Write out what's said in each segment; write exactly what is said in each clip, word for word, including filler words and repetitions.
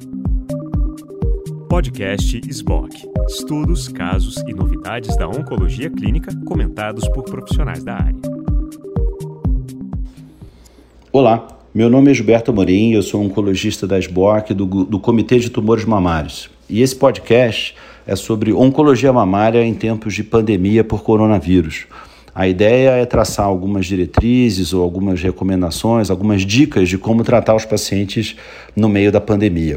Podcast S B O C. Estudos, casos e novidades da oncologia clínica comentados por profissionais da área. Olá, meu nome é Gilberto Amorim, eu sou oncologista da S B O C do, do Comitê de Tumores Mamários. E esse podcast é sobre oncologia mamária em tempos de pandemia por coronavírus. A ideia é traçar algumas diretrizes ou algumas recomendações, algumas dicas de como tratar os pacientes no meio da pandemia.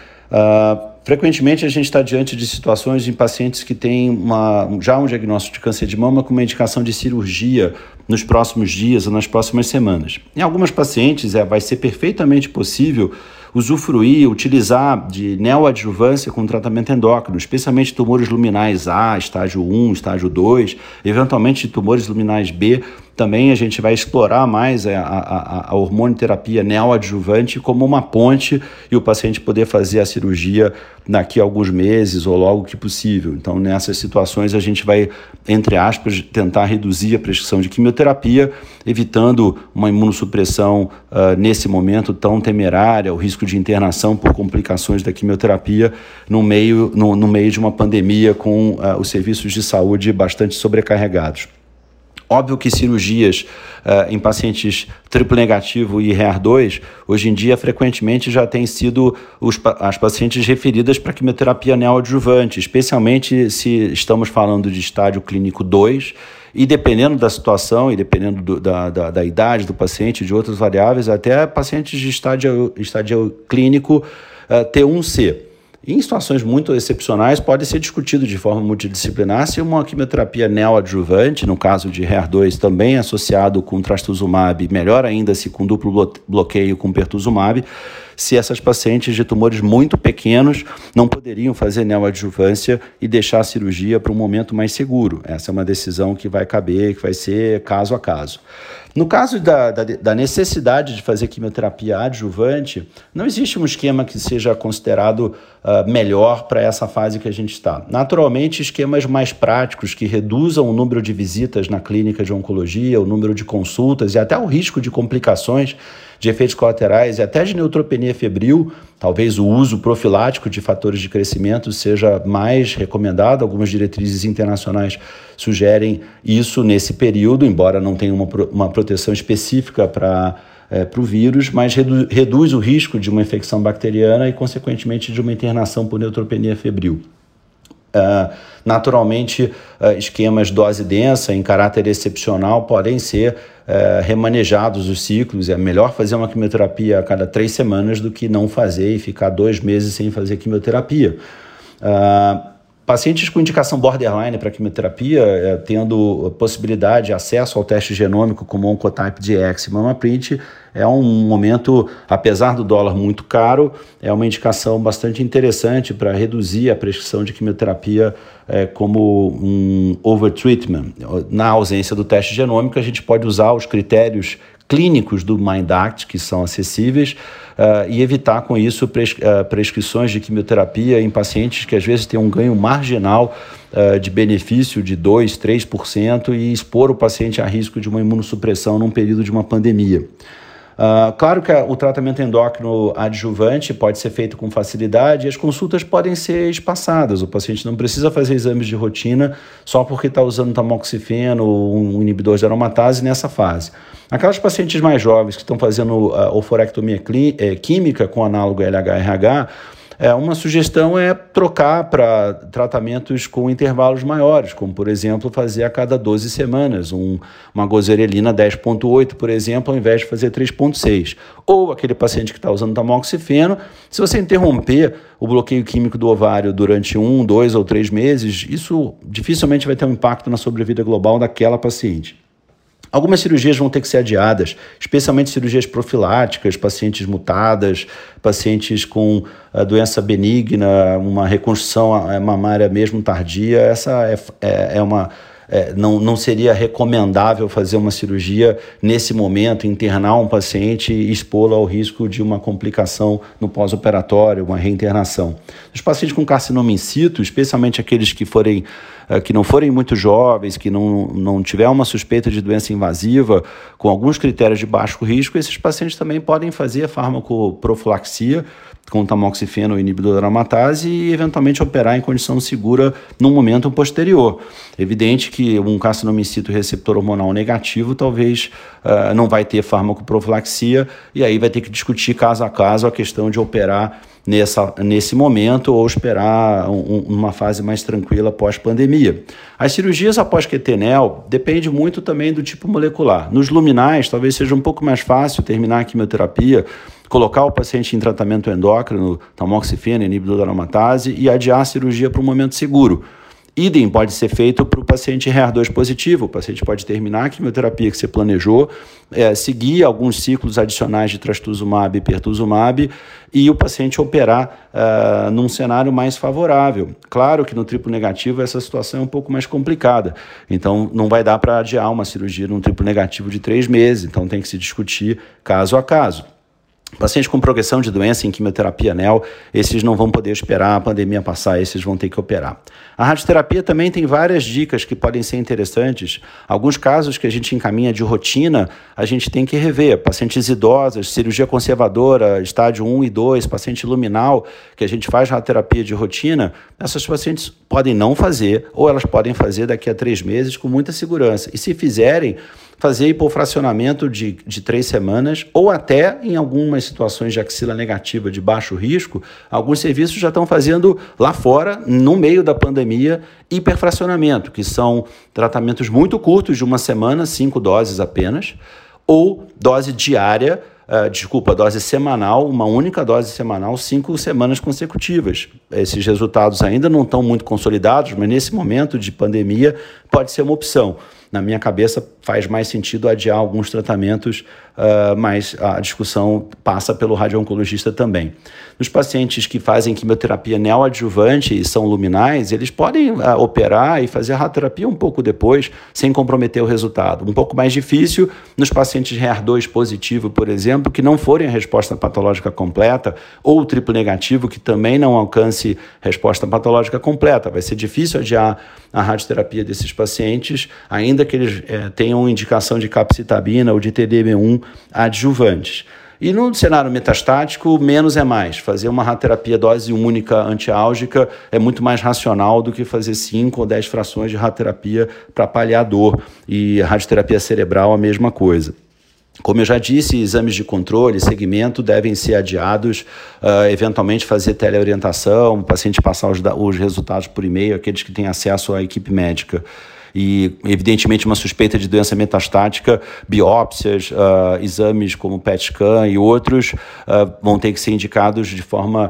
Uh, frequentemente a gente está diante de situações em pacientes que têm uma, já um diagnóstico de câncer de mama com uma indicação de cirurgia nos próximos dias ou nas próximas semanas. Em algumas pacientes é, vai ser perfeitamente possível usufruir, utilizar de neoadjuvância com tratamento endócrino, especialmente tumores luminais A, estágio um, estágio dois, eventualmente tumores luminais B. Também a gente vai explorar mais a, a, a hormonioterapia neoadjuvante como uma ponte e o paciente poder fazer a cirurgia daqui a alguns meses ou logo que possível. Então, nessas situações, a gente vai, entre aspas, tentar reduzir a prescrição de quimioterapia, evitando uma imunossupressão uh, nesse momento tão temerária, o risco de internação por complicações da quimioterapia no meio, no, no meio de uma pandemia com uh, os serviços de saúde bastante sobrecarregados. Óbvio que cirurgias uh, em pacientes triplo negativo e R E R dois, hoje em dia, frequentemente já têm sido os, as pacientes referidas para quimioterapia neoadjuvante, especialmente se estamos falando de estágio clínico dois, e dependendo da situação e dependendo do, da, da, da idade do paciente e de outras variáveis, até pacientes de estágio, estágio clínico uh, T um C. Em situações muito excepcionais, pode ser discutido de forma multidisciplinar se uma quimioterapia neoadjuvante, no caso de R E R dois, também associado com trastuzumab, melhor ainda se com duplo bloqueio com pertuzumab, se essas pacientes de tumores muito pequenos não poderiam fazer neoadjuvância e deixar a cirurgia para um momento mais seguro. Essa é uma decisão que vai caber, que vai ser caso a caso. No caso da, da, da necessidade de fazer quimioterapia adjuvante, não existe um esquema que seja considerado uh, melhor para essa fase que a gente está. Naturalmente, esquemas mais práticos que reduzam o número de visitas na clínica de oncologia, o número de consultas e até o risco de complicações, de efeitos colaterais e até de neutropenia febril, talvez o uso profilático de fatores de crescimento seja mais recomendado. Algumas diretrizes internacionais sugerem isso nesse período, embora não tenha uma, uma proteção específica para é, para o vírus, mas redu- reduz o risco de uma infecção bacteriana e, consequentemente, de uma internação por neutropenia febril. Uh, naturalmente, uh, esquemas dose densa em caráter excepcional podem ser uh, remanejados os ciclos. É melhor fazer uma quimioterapia a cada três semanas do que não fazer e ficar dois meses sem fazer quimioterapia. Uh, Pacientes com indicação borderline para quimioterapia, eh, tendo possibilidade de acesso ao teste genômico como Oncotype D X e MammaPrint, é um momento, apesar do dólar muito caro, é uma indicação bastante interessante para reduzir a prescrição de quimioterapia eh, como um overtreatment. Na ausência do teste genômico, a gente pode usar os critérios clínicos do MINDACT, que são acessíveis, uh, e evitar com isso pres- uh, prescrições de quimioterapia em pacientes que às vezes têm um ganho marginal uh, de benefício de dois, três por cento e expor o paciente a risco de uma imunossupressão num período de uma pandemia. Uh, claro que a, o tratamento endócrino adjuvante pode ser feito com facilidade e as consultas podem ser espaçadas. O paciente não precisa fazer exames de rotina só porque está usando tamoxifeno ou um inibidor de aromatase nessa fase. Aquelas pacientes mais jovens que estão fazendo a oforectomia clí- é, química com análogo L H R H, é, uma sugestão é trocar para tratamentos com intervalos maiores, como, por exemplo, fazer a cada doze semanas, um, uma gozerelina dez ponto oito, por exemplo, ao invés de fazer três ponto seis. Ou aquele paciente que está usando tamoxifeno, se você interromper o bloqueio químico do ovário durante um, dois ou três meses, isso dificilmente vai ter um impacto na sobrevida global daquela paciente. Algumas cirurgias vão ter que ser adiadas, especialmente cirurgias profiláticas, pacientes mutadas, pacientes com uh, doença benigna, uma reconstrução mamária mesmo tardia. Essa é, é, é, uma, é, não, não seria recomendável fazer uma cirurgia nesse momento, internar um paciente e expô-lo ao risco de uma complicação no pós-operatório, uma reinternação. Os pacientes com carcinoma in situ, especialmente aqueles que forem que não forem muito jovens, que não, não tiver uma suspeita de doença invasiva, com alguns critérios de baixo risco, esses pacientes também podem fazer farmacoprofilaxia com tamoxifeno inibidor da aromatase e eventualmente operar em condição segura no momento posterior. Evidente que um carcinoma in situ receptor hormonal negativo talvez uh, não vai ter farmacoprofilaxia e aí vai ter que discutir caso a caso a questão de operar Nessa, nesse momento ou esperar um, uma fase mais tranquila pós-pandemia. As cirurgias após Q T nel depende muito também do tipo molecular. Nos luminais, talvez seja um pouco mais fácil terminar a quimioterapia, colocar o paciente em tratamento endócrino, tamoxifeno, inibidor da aromatase e adiar a cirurgia para um momento seguro. Idem pode ser feito para o paciente R E R dois positivo. O paciente pode terminar a quimioterapia que você planejou, é, seguir alguns ciclos adicionais de trastuzumab e pertuzumab e o paciente operar uh, num cenário mais favorável. Claro que no triplo negativo essa situação é um pouco mais complicada. Então não vai dar para adiar uma cirurgia num triplo negativo de três meses. Então tem que se discutir caso a caso. Pacientes com progressão de doença em quimioterapia N E L, esses não vão poder esperar a pandemia passar, esses vão ter que operar. A radioterapia também tem várias dicas que podem ser interessantes. Alguns casos que a gente encaminha de rotina, a gente tem que rever. Pacientes idosas, cirurgia conservadora, estágio um e dois, paciente luminal, que a gente faz radioterapia de rotina, essas pacientes podem não fazer, ou elas podem fazer daqui a três meses com muita segurança. E se fizerem, fazer hipofracionamento de, de três semanas ou até, em algumas situações de axila negativa de baixo risco, alguns serviços já estão fazendo lá fora, no meio da pandemia, hiperfracionamento, que são tratamentos muito curtos, de uma semana, cinco doses apenas, ou dose diária, Uh, desculpa, dose semanal, uma única dose semanal, cinco semanas consecutivas. Esses resultados ainda não estão muito consolidados, mas nesse momento de pandemia pode ser uma opção. Na minha cabeça faz mais sentido adiar alguns tratamentos, uh, mas a discussão passa pelo radio-oncologista também. Nos pacientes que fazem quimioterapia neoadjuvante e são luminais, eles podem uh, operar e fazer a radioterapia um pouco depois, sem comprometer o resultado. Um pouco mais difícil nos pacientes R E R dois positivo, por exemplo, que não forem a resposta patológica completa, ou o triplo negativo, que também não alcance resposta patológica completa. Vai ser difícil adiar a radioterapia desses pacientes, ainda que eles é, tenham indicação de capecitabina ou de T D M um adjuvantes. E no cenário metastático, menos é mais. Fazer uma radioterapia dose única antiálgica é muito mais racional do que fazer cinco ou dez frações de radioterapia para paliar dor. E a radioterapia cerebral a mesma coisa. Como eu já disse, exames de controle, segmento devem ser adiados, uh, eventualmente fazer teleorientação, o paciente passar os, os resultados por e-mail, aqueles que têm acesso à equipe médica. E, evidentemente, uma suspeita de doença metastática, biópsias, uh, exames como P E T scan e outros uh, vão ter que ser indicados de forma,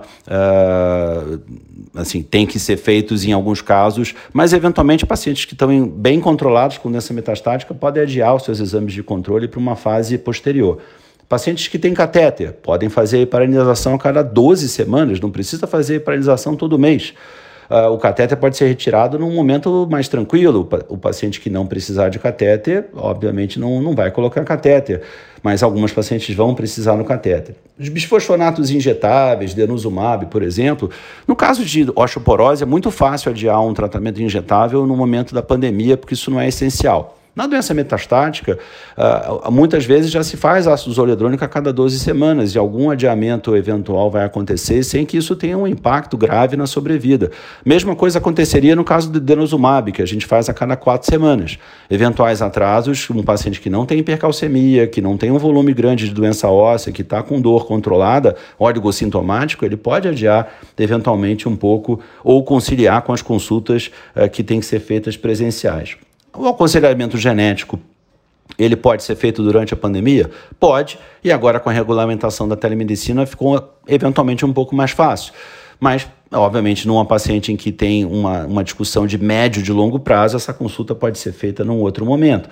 uh, assim, tem que ser feitos em alguns casos, mas, eventualmente, pacientes que estão bem controlados com doença metastática podem adiar os seus exames de controle para uma fase posterior. Pacientes que têm catéter podem fazer heparinização a cada doze semanas, não precisa fazer heparinização todo mês. Uh, o catéter pode ser retirado num momento mais tranquilo. O paciente que não precisar de catéter, obviamente, não, não vai colocar catéter, mas algumas pacientes vão precisar no catéter. Os bisfosfonatos injetáveis, denosumab, por exemplo, no caso de osteoporose, é muito fácil adiar um tratamento injetável no momento da pandemia, porque isso não é essencial. Na doença metastática, uh, muitas vezes já se faz ácido zoledrônico a cada doze semanas e algum adiamento eventual vai acontecer sem que isso tenha um impacto grave na sobrevida. Mesma coisa aconteceria no caso do denosumab, que a gente faz a cada quatro semanas. Eventuais atrasos, um paciente que não tem hipercalcemia, que não tem um volume grande de doença óssea, que está com dor controlada, oligossintomático, ele pode adiar eventualmente um pouco ou conciliar com as consultas uh, que têm que ser feitas presenciais. O aconselhamento genético, ele pode ser feito durante a pandemia? Pode, e agora com a regulamentação da telemedicina ficou eventualmente um pouco mais fácil. Mas, obviamente, numa paciente em que tem uma, uma discussão de médio e de longo prazo, essa consulta pode ser feita num outro momento.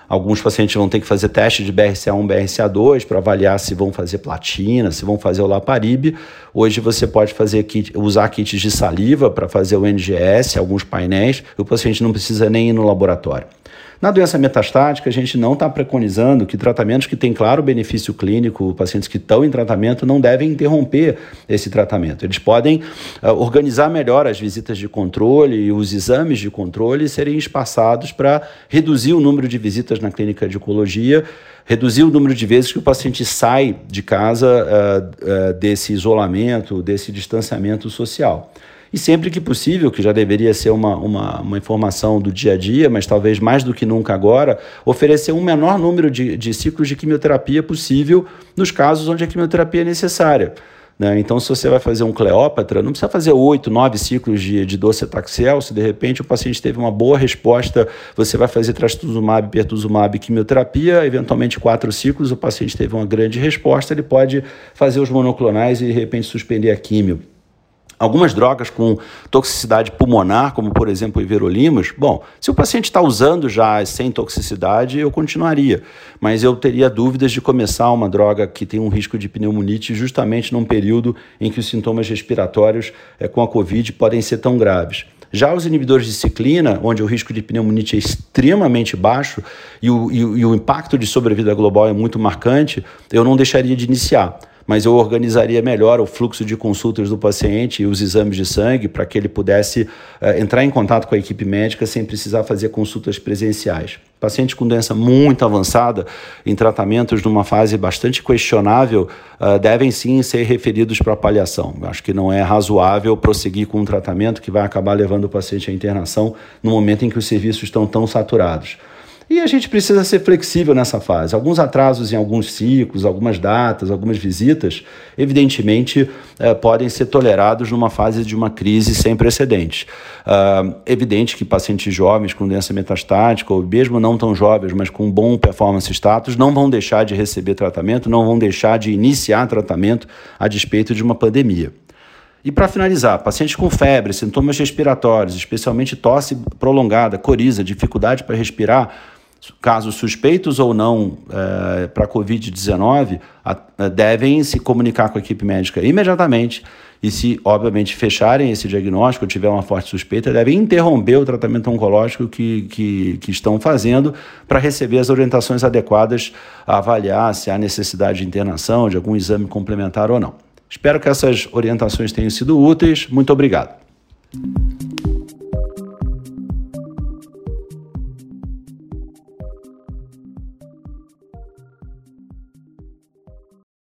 Alguns pacientes vão ter que fazer teste de B R C A um, B R C A dois para avaliar se vão fazer platina, se vão fazer o Olaparib. Hoje você pode fazer kit, usar kits de saliva para fazer o N G S, alguns painéis, e o paciente não precisa nem ir no laboratório. Na doença metastática, a gente não está preconizando que tratamentos que têm claro benefício clínico, pacientes que estão em tratamento, não devem interromper esse tratamento. Eles podem uh, organizar melhor as visitas de controle e os exames de controle serem espaçados para reduzir o número de visitas na clínica de oncologia, reduzir o número de vezes que o paciente sai de casa uh, uh, desse isolamento, desse distanciamento social. E sempre que possível, que já deveria ser uma, uma, uma informação do dia a dia, mas talvez mais do que nunca agora, oferecer um menor número de, de ciclos de quimioterapia possível nos casos onde a quimioterapia é necessária. Né? Então, se você vai fazer um Cleópatra, não precisa fazer oito, nove ciclos de, de docetaxel. Se de repente o paciente teve uma boa resposta, você vai fazer trastuzumab, pertuzumab, quimioterapia, eventualmente quatro ciclos, o paciente teve uma grande resposta, ele pode fazer os monoclonais e de repente suspender a químio. Algumas drogas com toxicidade pulmonar, como por exemplo o Everolimus, bom, se o paciente está usando já sem toxicidade, eu continuaria, mas eu teria dúvidas de começar uma droga que tem um risco de pneumonite justamente num período em que os sintomas respiratórios é, com a Covid podem ser tão graves. Já os inibidores de ciclina, onde o risco de pneumonite é extremamente baixo e o, e, e o impacto de sobrevida global é muito marcante, eu não deixaria de iniciar. Mas eu organizaria melhor o fluxo de consultas do paciente e os exames de sangue para que ele pudesse uh, entrar em contato com a equipe médica sem precisar fazer consultas presenciais. Pacientes com doença muito avançada, em tratamentos numa fase bastante questionável, uh, devem sim ser referidos para paliação. Acho que não é razoável prosseguir com um tratamento que vai acabar levando o paciente à internação no momento em que os serviços estão tão saturados. E a gente precisa ser flexível nessa fase. Alguns atrasos em alguns ciclos, algumas datas, algumas visitas, evidentemente, eh, podem ser tolerados numa fase de uma crise sem precedentes. Uh, evidente que pacientes jovens com doença metastática, ou mesmo não tão jovens, mas com bom performance status, não vão deixar de receber tratamento, não vão deixar de iniciar tratamento a despeito de uma pandemia. E para finalizar, pacientes com febre, sintomas respiratórios, especialmente tosse prolongada, coriza, dificuldade para respirar, casos suspeitos ou não é, para a covid dezenove, a, a, devem se comunicar com a equipe médica imediatamente e se, obviamente, fecharem esse diagnóstico ou tiver uma forte suspeita, devem interromper o tratamento oncológico que, que, que estão fazendo para receber as orientações adequadas a avaliar se há necessidade de internação, de algum exame complementar ou não. Espero que essas orientações tenham sido úteis. Muito obrigado.